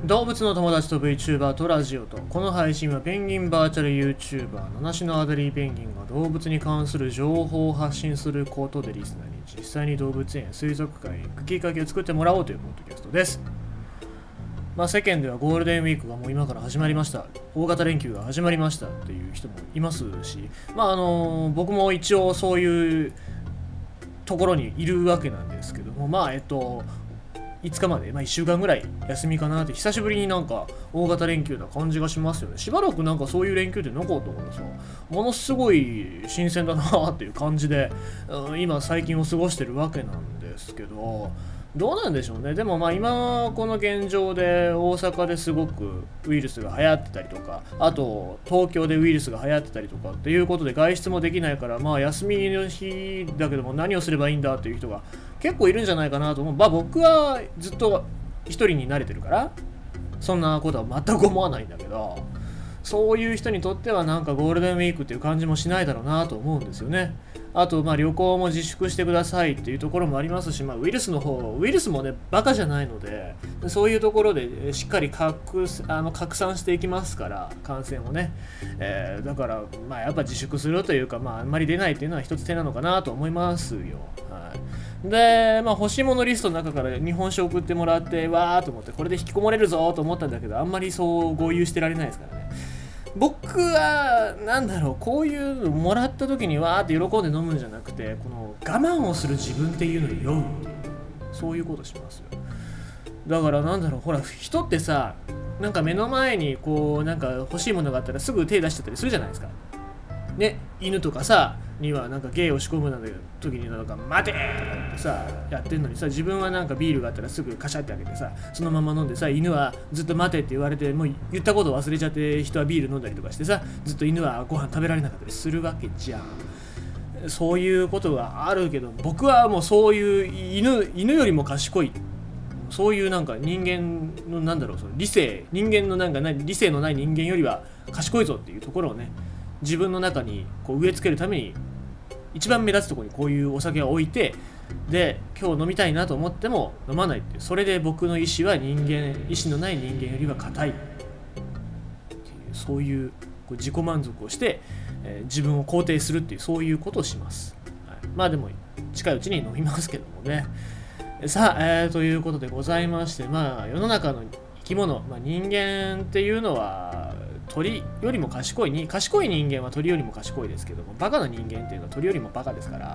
動物の友達と VTuber とラジオと、この配信はペンギンバーチャル YouTuber 七種のアデリーペンギンが動物に関する情報を発信することでリスナーに実際に動物園、水族館へ行くきっかけを作ってもらおうというポッドキャストです。世間ではゴールデンウィークがもう今から始まりました、大型連休が始まりましたっていう人もいますし、僕も一応そういうところにいるわけなんですけども、5日まで、1週間ぐらい休みかなって、久しぶりになんか大型連休な感じがしますよね。しばらくなんかそういう連休ってなかったからさ、ものすごい新鮮だなっていう感じで、今最近を過ごしてるわけなんですけど、どうなんでしょうね。でも今この現状で大阪ですごくウイルスが流行ってたりとか、あと東京でウイルスが流行ってたりとかっていうことで外出もできないから、休みの日だけども何をすればいいんだっていう人が結構いるんじゃないかなと思う。僕はずっと一人に慣れてるからそんなことは全く思わないんだけど、そういう人にとってはなんかゴールデンウィークっていう感じもしないだろうなと思うんですよね。あと旅行も自粛してくださいっていうところもありますし、ウイルスもねバカじゃないので、そういうところでしっかり拡散していきますから、感染をね、だからやっぱ自粛するというか、あんまり出ないっていうのは一つ手なのかなと思いますよ。で、欲しいものリストの中から日本酒を送ってもらって、わーと思ってこれで引きこもれるぞと思ったんだけど、あんまりそう豪遊してられないですからね。僕はこういうのもらった時にわーって喜んで飲むんじゃなくて、この我慢をする自分っていうのに酔うっていう、そういうことしますよ。だからほら人ってさ、なんか目の前にこうなんか欲しいものがあったらすぐ手出しちゃったりするじゃないですかね。犬とかさにはなんか芸を仕込む時になんか待てとか言ってさやってんのにさ、自分はなんかビールがあったらすぐカシャってあげてさ、そのまま飲んでさ、犬はずっと待てって言われてもう言ったことを忘れちゃって、人はビール飲んだりとかしてさ、ずっと犬はご飯食べられなかったりするわけじゃん。そういうことがあるけど、僕はもうそういう犬よりも賢い、そういうなんか人間のその理性のない人間よりは賢いぞっていうところをね、自分の中にこう植え付けるために一番目立つところにこういうお酒を置いて、で今日飲みたいなと思っても飲まないっていう、それで僕の意志は意志のない人間よりは固いっていう、そういう自己満足をして、自分を肯定するっていう、そういうことをします。でも近いうちに飲みますけどもね。さあ、ということでございまして、世の中の生き物、人間っていうのは鳥よりも賢い人間は鳥よりも賢いですけども、バカな人間っていうのは鳥よりもバカですから、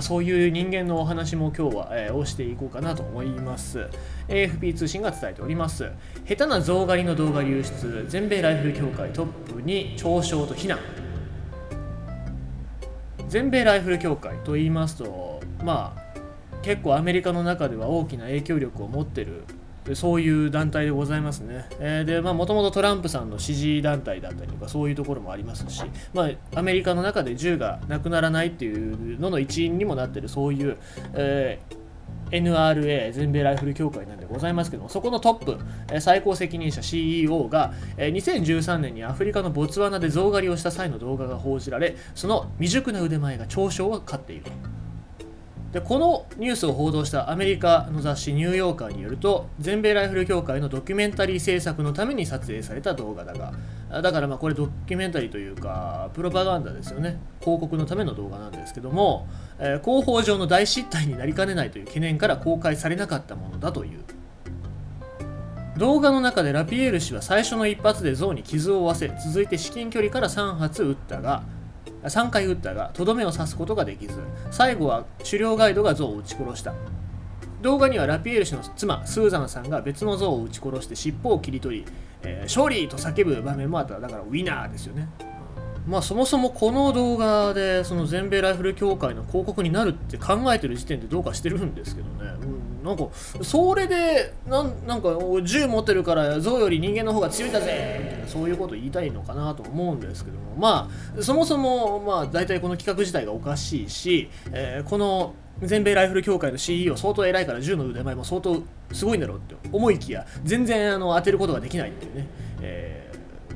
そういう人間のお話も今日は、をしていこうかなと思います。 AFP 通信が伝えております。下手な象狩りの動画流出、全米ライフル協会トップに嘲笑と非難。全米ライフル協会と言いますと、結構アメリカの中では大きな影響力を持ってる、そういう団体でございますね。でもともとトランプさんの支持団体だったりとか、そういうところもありますし、アメリカの中で銃がなくならないっていうのの一因にもなってる、そういう、NRA 全米ライフル協会なんでございますけども、そこのトップ、最高責任者 CEO が、2013年にアフリカのボツワナで象狩りをした際の動画が報じられ、その未熟な腕前が嘲笑を買っていると。でこのニュースを報道したアメリカの雑誌ニューヨーカーによると、全米ライフル協会のドキュメンタリー制作のために撮影された動画だからこれドキュメンタリーというかプロパガンダですよね。広告のための動画なんですけども、広報上の大失態になりかねないという懸念から公開されなかったものだという。動画の中でラピエール氏は最初の一発で象に傷を負わせ、続いて至近距離から3回撃ったがとどめを刺すことができず、最後は狩猟ガイドが象を撃ち殺した。動画にはラピエール氏の妻スーザンさんが別の象を撃ち殺して尻尾を切り取り、勝利と叫ぶ場面もあった。だからウィナーですよね。そもそもこの動画でその全米ライフル協会の広告になるって考えてる時点でどうかしてるんですけどね。それでなんか銃持ってるから象より人間の方が強いんだぜみたいな、そういうこと言いたいのかなと思うんですけども、そもそも大体この企画自体がおかしいし、この全米ライフル協会の CEO 相当偉いから銃の腕前も相当すごいんだろうって思いきや、全然当てることができないっていうね、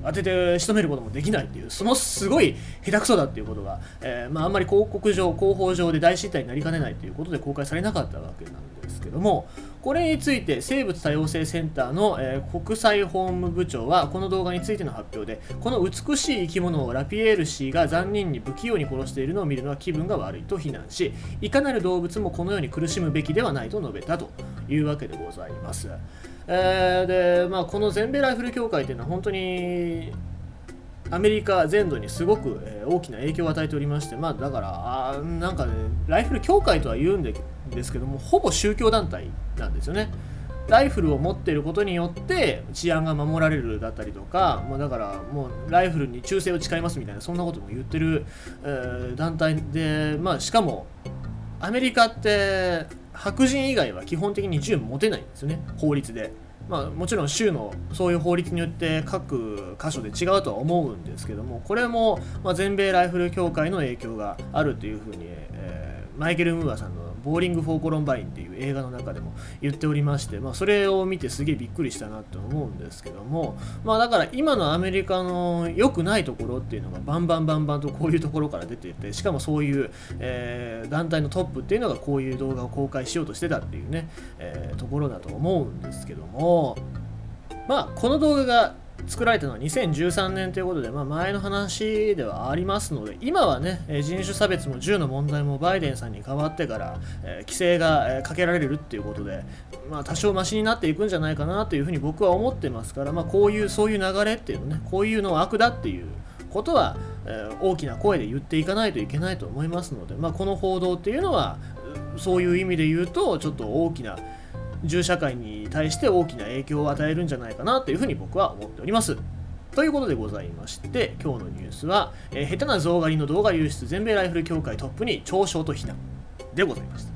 当てて仕留めることもできないっていう、そのすごい下手くそだっていうことが、あんまり広報上で大失態になりかねないということで公開されなかったわけなんですけども、これについて生物多様性センターの、国際法務部長はこの動画についての発表で、この美しい生き物をラピエール氏が残忍に不器用に殺しているのを見るのは気分が悪いと非難し、いかなる動物もこのように苦しむべきではないと述べたというわけでございます。この全米ライフル協会というのは本当にアメリカ全土にすごく大きな影響を与えておりまして、だからライフル協会とは言うんですけども、ほぼ宗教団体なんですよね。ライフルを持っていることによって治安が守られるだったりとか、だからもうライフルに忠誠を誓いますみたいな、そんなことも言ってる、団体で、しかもアメリカって白人以外は基本的に銃持てないんですよね、法律で。もちろん州のそういう法律によって各箇所で違うとは思うんですけども、これも全米ライフル協会の影響があるというふうに、マイケル・ムーアさんのボーリング・フォー・コロンバインっていう映画の中でも言っておりまして、それを見てすげえびっくりしたなと思うんですけども、だから今のアメリカの良くないところっていうのがバンバンとこういうところから出ていて、しかもそういう、団体のトップっていうのがこういう動画を公開しようとしてたっていうね、ところだと思うんですけども、この動画が作られたのは2013年ということで、前の話ではありますので、今はね、人種差別も銃の問題もバイデンさんに代わってから、規制がかけられるっていうことで、多少マシになっていくんじゃないかなというふうに僕は思ってますから、そういう流れっていうのね、こういうのは悪だっていうことは、大きな声で言っていかないといけないと思いますので、この報道っていうのはそういう意味で言うとちょっと大きな銃社会に対して大きな影響を与えるんじゃないかなというふうに僕は思っております。ということでございまして、今日のニュースは、下手な象狩りの動画流出全米ライフル協会トップに嘲笑と非難でございました。